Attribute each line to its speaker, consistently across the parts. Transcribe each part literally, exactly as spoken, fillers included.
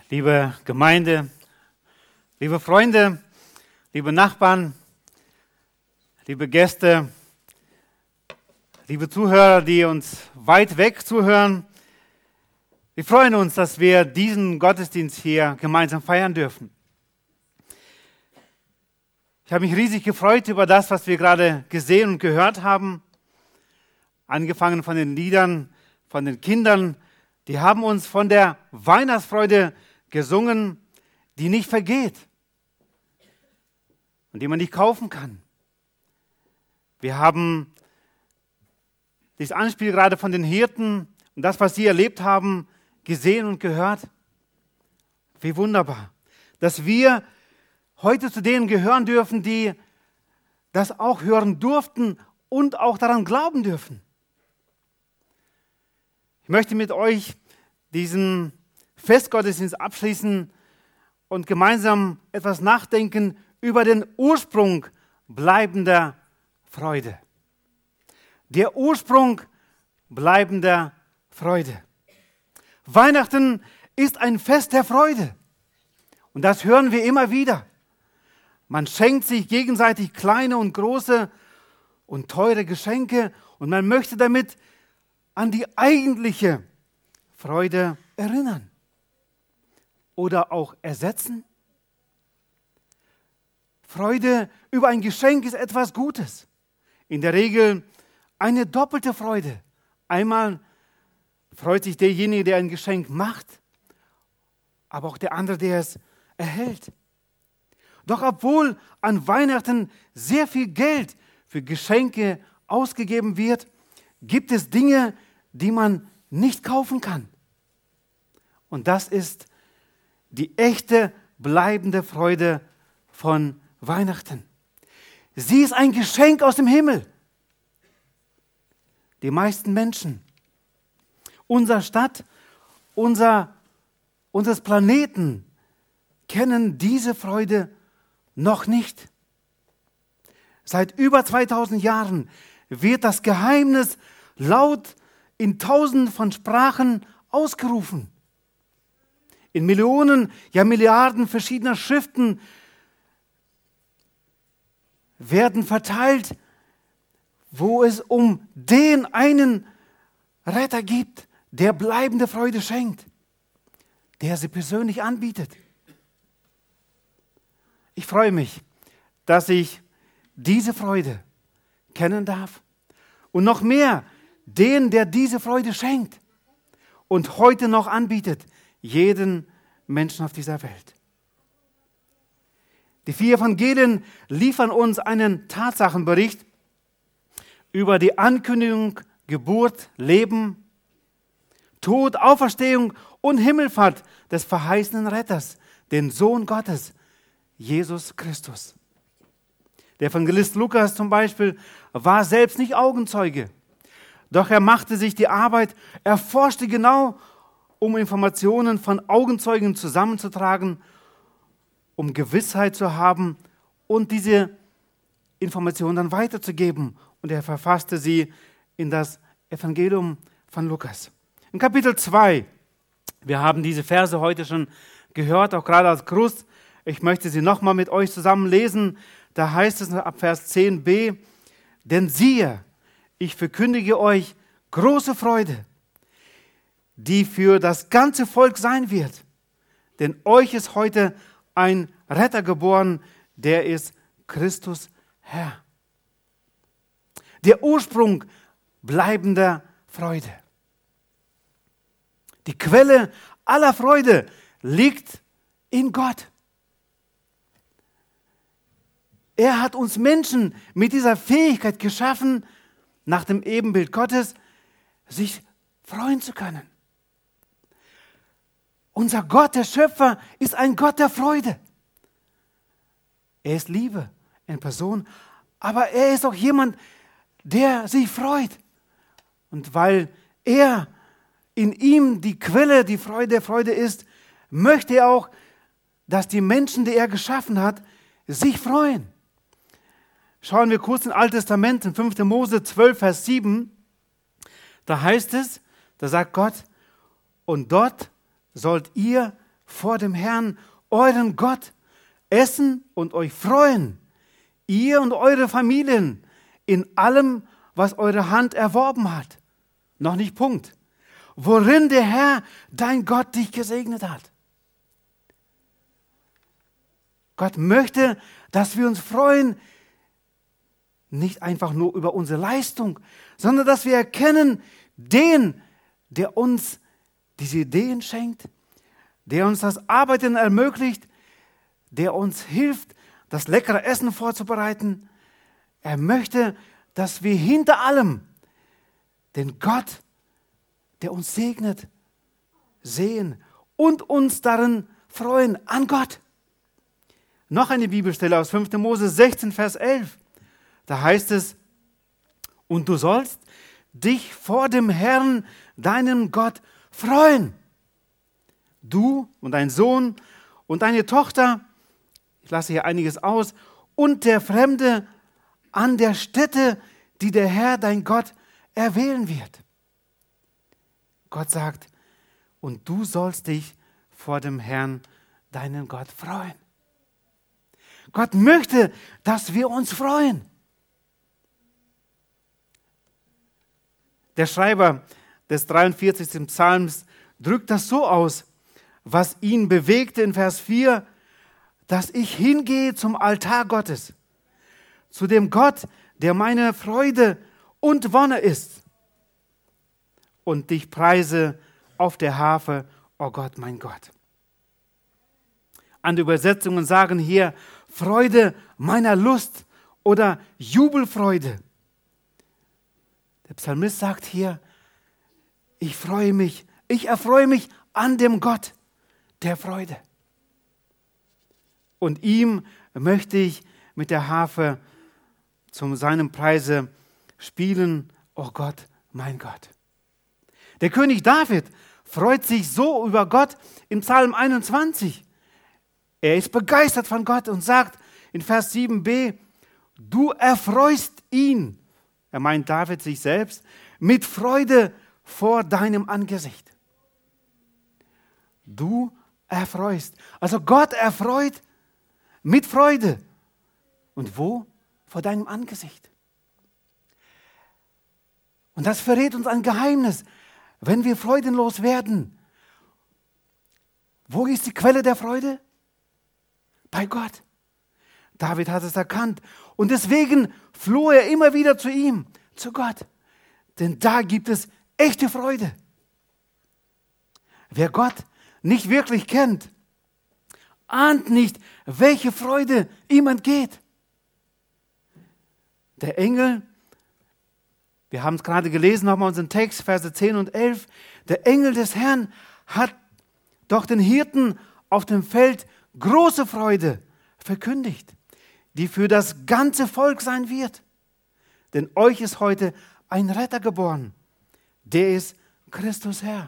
Speaker 1: Liebe Gemeinde, liebe Freunde, liebe Nachbarn, liebe Gäste, liebe Zuhörer, die uns weit weg zuhören, wir freuen uns, dass wir diesen Gottesdienst hier gemeinsam feiern dürfen. Ich habe mich riesig gefreut über das, was wir gerade gesehen und gehört haben. Angefangen von den Liedern, von den Kindern, die haben uns von der Weihnachtsfreude gesungen, die nicht vergeht und die man nicht kaufen kann. Wir haben das Anspiel gerade von den Hirten und das, was sie erlebt haben, gesehen und gehört. Wie wunderbar, dass wir heute zu denen gehören dürfen, die das auch hören durften und auch daran glauben dürfen. Ich möchte mit euch diesen Festgottesdienst abschließen und gemeinsam etwas nachdenken über den Ursprung bleibender Freude. Der Ursprung bleibender Freude. Weihnachten ist ein Fest der Freude. Und das hören wir immer wieder. Man schenkt sich gegenseitig kleine und große und teure Geschenke und man möchte damit an die eigentliche Freude erinnern oder auch ersetzen. Freude über ein Geschenk ist etwas Gutes. In der Regel eine doppelte Freude. Einmal freut sich derjenige, der ein Geschenk macht, aber auch der andere, der es erhält. Doch obwohl an Weihnachten sehr viel Geld für Geschenke ausgegeben wird, gibt es Dinge, die man nicht kaufen kann. Und das ist die echte, bleibende Freude von Weihnachten. Sie ist ein Geschenk aus dem Himmel. Die meisten Menschen, unserer Stadt, unser, unseres Planeten, kennen diese Freude noch nicht. Seit über zweitausend Jahren wird das Geheimnis laut in Tausenden von Sprachen ausgerufen. In Millionen, ja Milliarden verschiedener Schriften werden verteilt, wo es um den einen Retter gibt, der bleibende Freude schenkt, der sie persönlich anbietet. Ich freue mich, dass ich diese Freude kennen darf und noch mehr den, der diese Freude schenkt und heute noch anbietet, jeden Menschen auf dieser Welt. Die vier Evangelien liefern uns einen Tatsachenbericht über die Ankündigung, Geburt, Leben, Tod, Auferstehung und Himmelfahrt des verheißenen Retters, den Sohn Gottes, Jesus Christus. Der Evangelist Lukas zum Beispiel war selbst nicht Augenzeuge, doch er machte sich die Arbeit, er forschte genau, um Informationen von Augenzeugen zusammenzutragen, um Gewissheit zu haben und diese Informationen dann weiterzugeben. Und er verfasste sie in das Evangelium von Lukas. In Kapitel zwei, wir haben diese Verse heute schon gehört, auch gerade als Gruß. Ich möchte sie nochmal mit euch zusammen lesen. Da heißt es ab Vers zehn b, denn siehe, ich verkündige euch große Freude, die für das ganze Volk sein wird. Denn euch ist heute ein Retter geboren, der ist Christus Herr. Der Ursprung bleibender Freude. Die Quelle aller Freude liegt in Gott. Er hat uns Menschen mit dieser Fähigkeit geschaffen, nach dem Ebenbild Gottes, sich freuen zu können. Unser Gott, der Schöpfer, ist ein Gott der Freude. Er ist Liebe in Person, aber er ist auch jemand, der sich freut. Und weil er in ihm die Quelle, die Freude der Freude ist, möchte er auch, dass die Menschen, die er geschaffen hat, sich freuen. Schauen wir kurz in Altes Testament, in fünfter Mose zwölf, Vers sieben. Da heißt es, da sagt Gott, und dort sollt ihr vor dem Herrn, euren Gott, essen und euch freuen, ihr und eure Familien, in allem, was eure Hand erworben hat. Noch nicht Punkt. Worin der Herr, dein Gott, dich gesegnet hat. Gott möchte, dass wir uns freuen, nicht einfach nur über unsere Leistung, sondern dass wir erkennen, den, der uns diese Ideen schenkt, der uns das Arbeiten ermöglicht, der uns hilft, das leckere Essen vorzubereiten. Er möchte, dass wir hinter allem den Gott, der uns segnet, sehen und uns darin freuen an Gott. Noch eine Bibelstelle aus fünfter Mose sechzehn, Vers elf. Da heißt es, und du sollst dich vor dem Herrn, deinem Gott, freuen. Du und dein Sohn und deine Tochter, ich lasse hier einiges aus, und der Fremde an der Stätte, die der Herr, dein Gott, erwählen wird. Gott sagt, und du sollst dich vor dem Herrn, deinen Gott, freuen. Gott möchte, dass wir uns freuen. Der Schreiber des dreiundvierzigsten Psalms drückt das so aus, was ihn bewegte in Vers vier, dass ich hingehe zum Altar Gottes, zu dem Gott, der meine Freude und Wonne ist, und dich preise auf der Harfe, o Gott, mein Gott. Andere Übersetzungen sagen hier Freude meiner Lust oder Jubelfreude. Der Psalmist sagt hier, ich freue mich, ich erfreue mich an dem Gott der Freude. Und ihm möchte ich mit der Harfe zu seinem Preise spielen, oh Gott, mein Gott. Der König David freut sich so über Gott im Psalm einundzwanzig. Er ist begeistert von Gott und sagt in Vers sieben b, du erfreust ihn, er meint David sich selbst, mit Freude vor deinem Angesicht. Du erfreust. Also Gott erfreut mit Freude. Und wo? Vor deinem Angesicht. Und das verrät uns ein Geheimnis. Wenn wir freudenlos werden, wo ist die Quelle der Freude? Bei Gott. David hat es erkannt. Und deswegen floh er immer wieder zu ihm, zu Gott. Denn da gibt es echte Freude. Wer Gott nicht wirklich kennt, ahnt nicht, welche Freude ihm entgeht. Der Engel, wir haben es gerade gelesen, nochmal unseren Text, Verse zehn und elf, der Engel des Herrn hat doch den Hirten auf dem Feld große Freude verkündigt, die für das ganze Volk sein wird. Denn euch ist heute ein Retter geboren, der ist Christus Herr.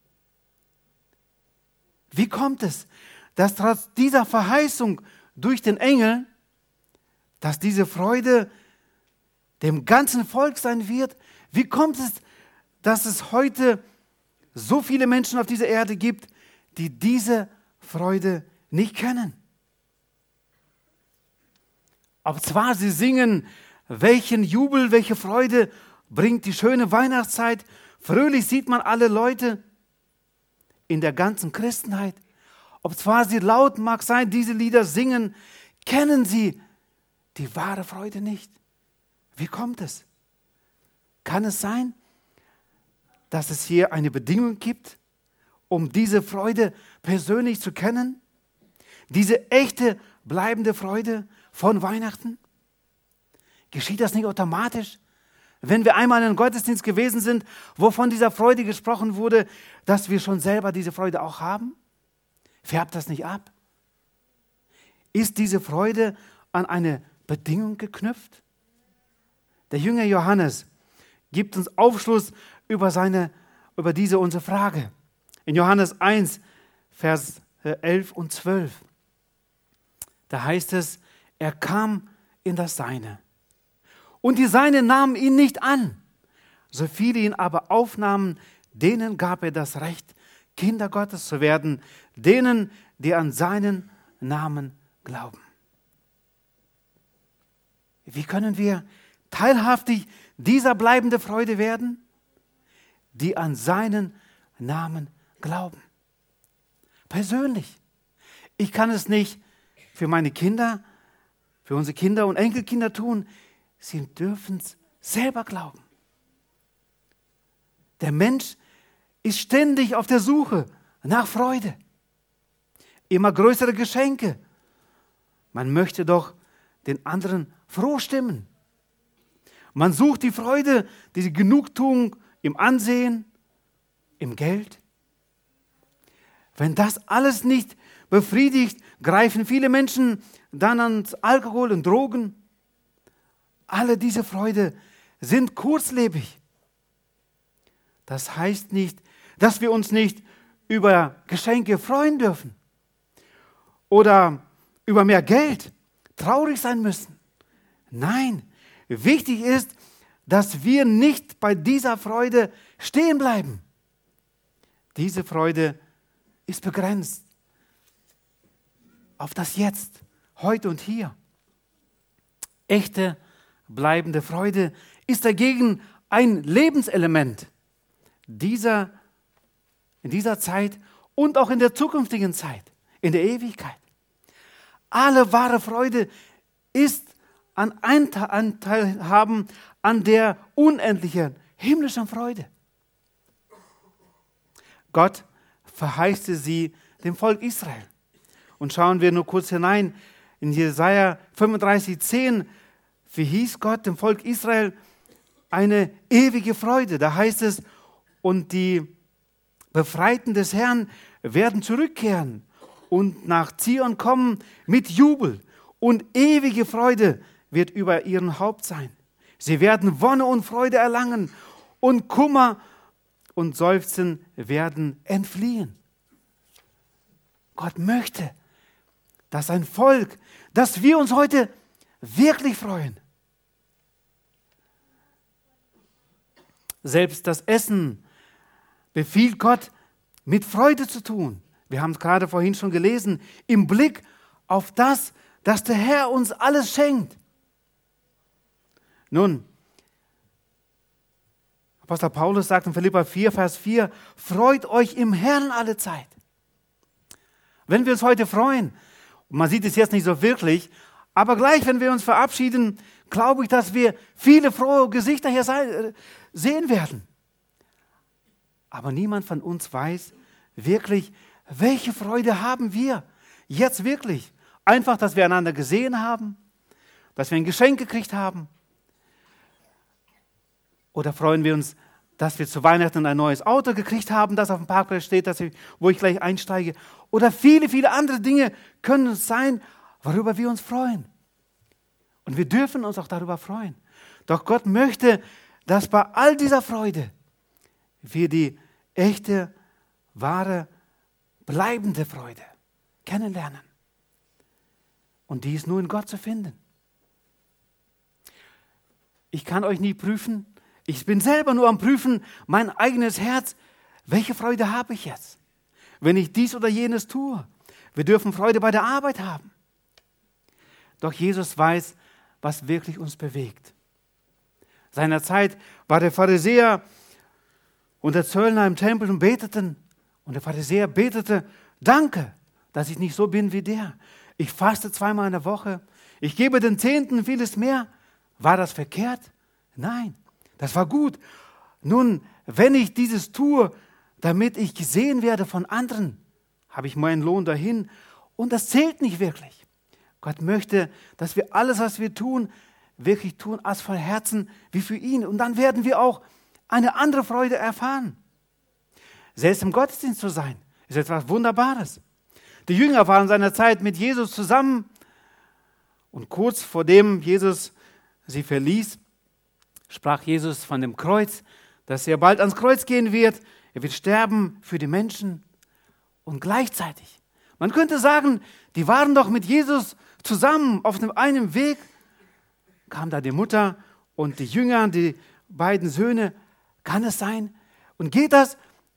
Speaker 1: Wie kommt es, dass trotz dieser Verheißung durch den Engel, dass diese Freude dem ganzen Volk sein wird? Wie kommt es, dass es heute so viele Menschen auf dieser Erde gibt, die diese Freude nicht kennen? Ob zwar sie singen, welchen Jubel, welche Freude bringt die schöne Weihnachtszeit, fröhlich sieht man alle Leute in der ganzen Christenheit. Ob zwar sie laut mag sein, diese Lieder singen, kennen sie die wahre Freude nicht. Wie kommt es? Kann es sein, dass es hier eine Bedingung gibt, um diese Freude persönlich zu kennen? Diese echte, bleibende Freude von Weihnachten? Geschieht das nicht automatisch, wenn wir einmal in einem Gottesdienst gewesen sind, wo von dieser Freude gesprochen wurde, dass wir schon selber diese Freude auch haben? Färbt das nicht ab? Ist diese Freude an eine Bedingung geknüpft? Der Jünger Johannes gibt uns Aufschluss über, seine, über diese unsere Frage. In Johannes eins, Vers elf und zwölf. Da heißt es, er kam in das Seine. Und die Seinen nahmen ihn nicht an. So viele ihn aber aufnahmen, denen gab er das Recht, Kinder Gottes zu werden, denen, die an seinen Namen glauben. Wie können wir teilhaftig dieser bleibenden Freude werden? Die an seinen Namen glauben. Persönlich. Ich kann es nicht für meine Kinder, für unsere Kinder und Enkelkinder tun. Sie dürfen es selber glauben. Der Mensch ist ständig auf der Suche nach Freude. Immer größere Geschenke. Man möchte doch den anderen froh stimmen. Man sucht die Freude, diese Genugtuung im Ansehen, im Geld. Wenn das alles nicht befriedigt, greifen viele Menschen dann ans Alkohol und Drogen. Alle diese Freude sind kurzlebig. Das heißt nicht, dass wir uns nicht über Geschenke freuen dürfen oder über mehr Geld traurig sein müssen. Nein, wichtig ist, dass wir nicht bei dieser Freude stehen bleiben. Diese Freude ist begrenzt auf das Jetzt, heute und hier. Echte, bleibende Freude ist dagegen ein Lebenselement dieser, in dieser Zeit und auch in der zukünftigen Zeit, in der Ewigkeit. Alle wahre Freude ist an Anteil haben an der unendlichen himmlischen Freude. Gott verheißte sie dem Volk Israel. Und schauen wir nur kurz hinein in Jesaja fünfunddreißig, zehn, wie hieß Gott dem Volk Israel eine ewige Freude. Da heißt es, und die Befreiten des Herrn werden zurückkehren und nach Zion kommen mit Jubel, und ewige Freude wird über ihren Haupt sein. Sie werden Wonne und Freude erlangen, und Kummer und Seufzen werden entfliehen. Gott möchte, dass ein Volk, dass wir uns heute wirklich freuen. Selbst das Essen befiehlt Gott, mit Freude zu tun. Wir haben es gerade vorhin schon gelesen, im Blick auf das, dass der Herr uns alles schenkt. Nun, Apostel Paulus sagt in Philipper vier, Vers vier, freut euch im Herrn alle Zeit. Wenn wir uns heute freuen, und man sieht es jetzt nicht so wirklich, aber gleich, wenn wir uns verabschieden, glaube ich, dass wir viele frohe Gesichter hier sein, sehen werden. Aber niemand von uns weiß wirklich, welche Freude haben wir jetzt wirklich. Einfach, dass wir einander gesehen haben, dass wir ein Geschenk gekriegt haben. Oder freuen wir uns, dass wir zu Weihnachten ein neues Auto gekriegt haben, das auf dem Parkplatz steht, dass ich, wo ich gleich einsteige. Oder viele, viele andere Dinge können es sein, worüber wir uns freuen. Und wir dürfen uns auch darüber freuen. Doch Gott möchte, dass bei all dieser Freude wir die echte, wahre, bleibende Freude kennenlernen. Und die ist nur in Gott zu finden. Ich kann euch nie prüfen. Ich bin selber nur am Prüfen, mein eigenes Herz. Welche Freude habe ich jetzt, wenn ich dies oder jenes tue? Wir dürfen Freude bei der Arbeit haben. Doch Jesus weiß, was wirklich uns bewegt. Seinerzeit war der Pharisäer und der Zöllner im Tempel und beteten. Und der Pharisäer betete, danke, dass ich nicht so bin wie der. Ich faste zweimal in der Woche. Ich gebe den Zehnten vieles mehr. War das verkehrt? Nein, das war gut. Nun, wenn ich dieses tue, damit ich gesehen werde von anderen, habe ich meinen Lohn dahin. Und das zählt nicht wirklich. Gott möchte, dass wir alles, was wir tun, wirklich tun, als von Herzen wie für ihn. Und dann werden wir auch eine andere Freude erfahren. Selbst im Gottesdienst zu sein, ist etwas Wunderbares. Die Jünger waren seiner Zeit mit Jesus zusammen. Und kurz vor dem Jesus sie verließ, sprach Jesus von dem Kreuz, dass er bald ans Kreuz gehen wird. Er wird sterben für die Menschen. Und gleichzeitig, man könnte sagen, die waren doch mit Jesus zusammen auf einem Weg, kam da die Mutter und die Jünger, die beiden Söhne. Kann es sein? Und geht das,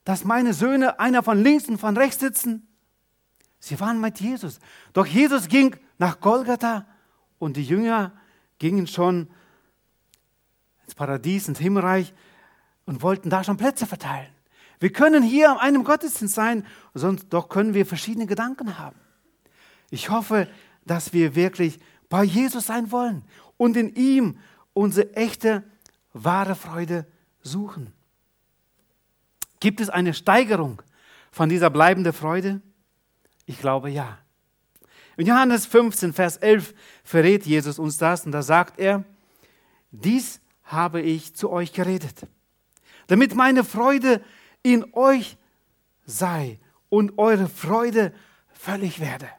Speaker 1: dass meine Söhne, einer von links und von rechts sitzen? Sie waren mit Jesus. Doch Jesus ging nach Golgatha und die Jünger gingen schon ins Paradies, ins Himmelreich und wollten da schon Plätze verteilen. Wir können hier an einem Gottesdienst sein, sonst doch können wir verschiedene Gedanken haben. Ich hoffe, dass wir wirklich bei Jesus sein wollen und in ihm unsere echte, wahre Freude suchen. Gibt es eine Steigerung von dieser bleibenden Freude? Ich glaube ja. In Johannes fünfzehn, Vers elf verrät Jesus uns das und da sagt er, dies habe ich zu euch geredet, damit meine Freude in euch sei und eure Freude völlig werde.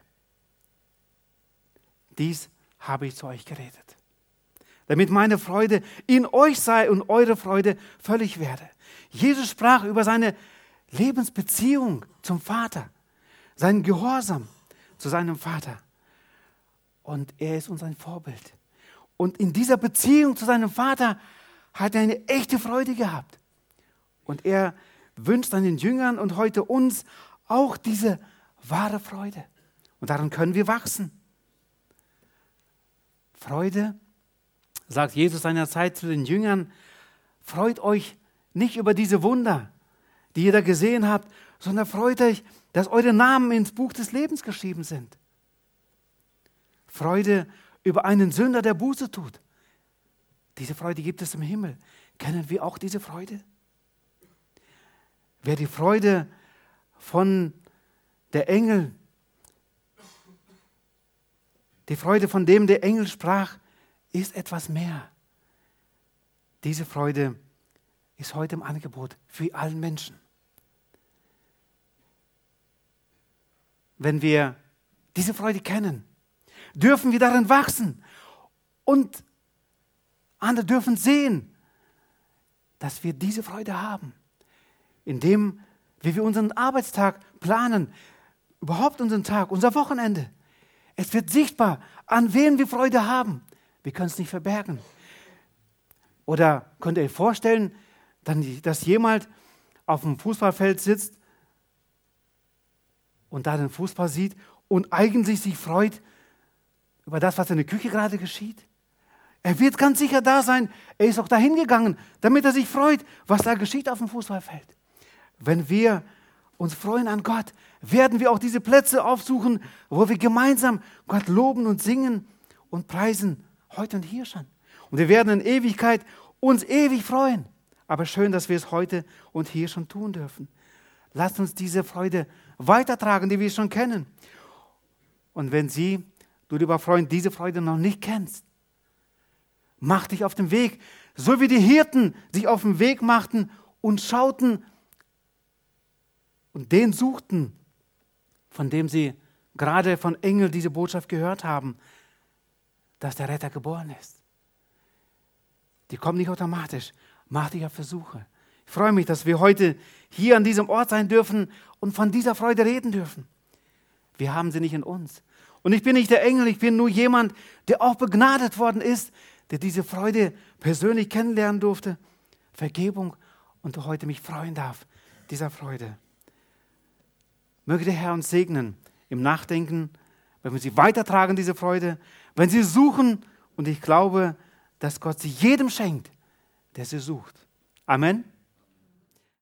Speaker 1: Dies habe ich zu euch geredet, damit meine Freude in euch sei und eure Freude völlig werde. Jesus sprach über seine Lebensbeziehung zum Vater, seinen Gehorsam zu seinem Vater. Und er ist uns ein Vorbild. Und in dieser Beziehung zu seinem Vater hat er eine echte Freude gehabt. Und er wünscht seinen Jüngern und heute uns auch diese wahre Freude. Und daran können wir wachsen. Freude, sagt Jesus seinerzeit zu den Jüngern, freut euch nicht über diese Wunder, die ihr da gesehen habt, sondern freut euch, dass eure Namen ins Buch des Lebens geschrieben sind. Freude über einen Sünder, der Buße tut. Diese Freude gibt es im Himmel. Kennen wir auch diese Freude? Wer die Freude von der Engel, die Freude, von dem der Engel sprach, ist etwas mehr. Diese Freude ist heute im Angebot für allen Menschen. Wenn wir diese Freude kennen, dürfen wir darin wachsen und andere dürfen sehen, dass wir diese Freude haben, indem wie wir unseren Arbeitstag planen, überhaupt unseren Tag, unser Wochenende. Es wird sichtbar, an wen wir Freude haben. Wir können es nicht verbergen. Oder könnt ihr euch vorstellen, dass jemand auf dem Fußballfeld sitzt und da den Fußball sieht und eigentlich sich freut über das, was in der Küche gerade geschieht? Er wird ganz sicher da sein. Er ist auch dahin gegangen, damit er sich freut, was da geschieht auf dem Fußballfeld. Wenn wir uns freuen an Gott, werden wir auch diese Plätze aufsuchen, wo wir gemeinsam Gott loben und singen und preisen, heute und hier schon. Und wir werden in Ewigkeit uns ewig freuen. Aber schön, dass wir es heute und hier schon tun dürfen. Lasst uns diese Freude weitertragen, die wir schon kennen. Und wenn Sie, du lieber Freund, diese Freude noch nicht kennst, mach dich auf den Weg, so wie die Hirten sich auf den Weg machten und schauten und den suchten, von dem sie gerade von Engeln diese Botschaft gehört haben, dass der Retter geboren ist. Die kommen nicht automatisch. Mach dich auf Versuche. Ich freue mich, dass wir heute hier an diesem Ort sein dürfen und von dieser Freude reden dürfen. Wir haben sie nicht in uns. Und ich bin nicht der Engel, ich bin nur jemand, der auch begnadet worden ist, der diese Freude persönlich kennenlernen durfte. Vergebung und heute mich freuen darf, dieser Freude. Möge der Herr uns segnen im Nachdenken, wenn wir sie weitertragen, diese Freude, wenn sie suchen. Und ich glaube, dass Gott sie jedem schenkt, der sie sucht. Amen.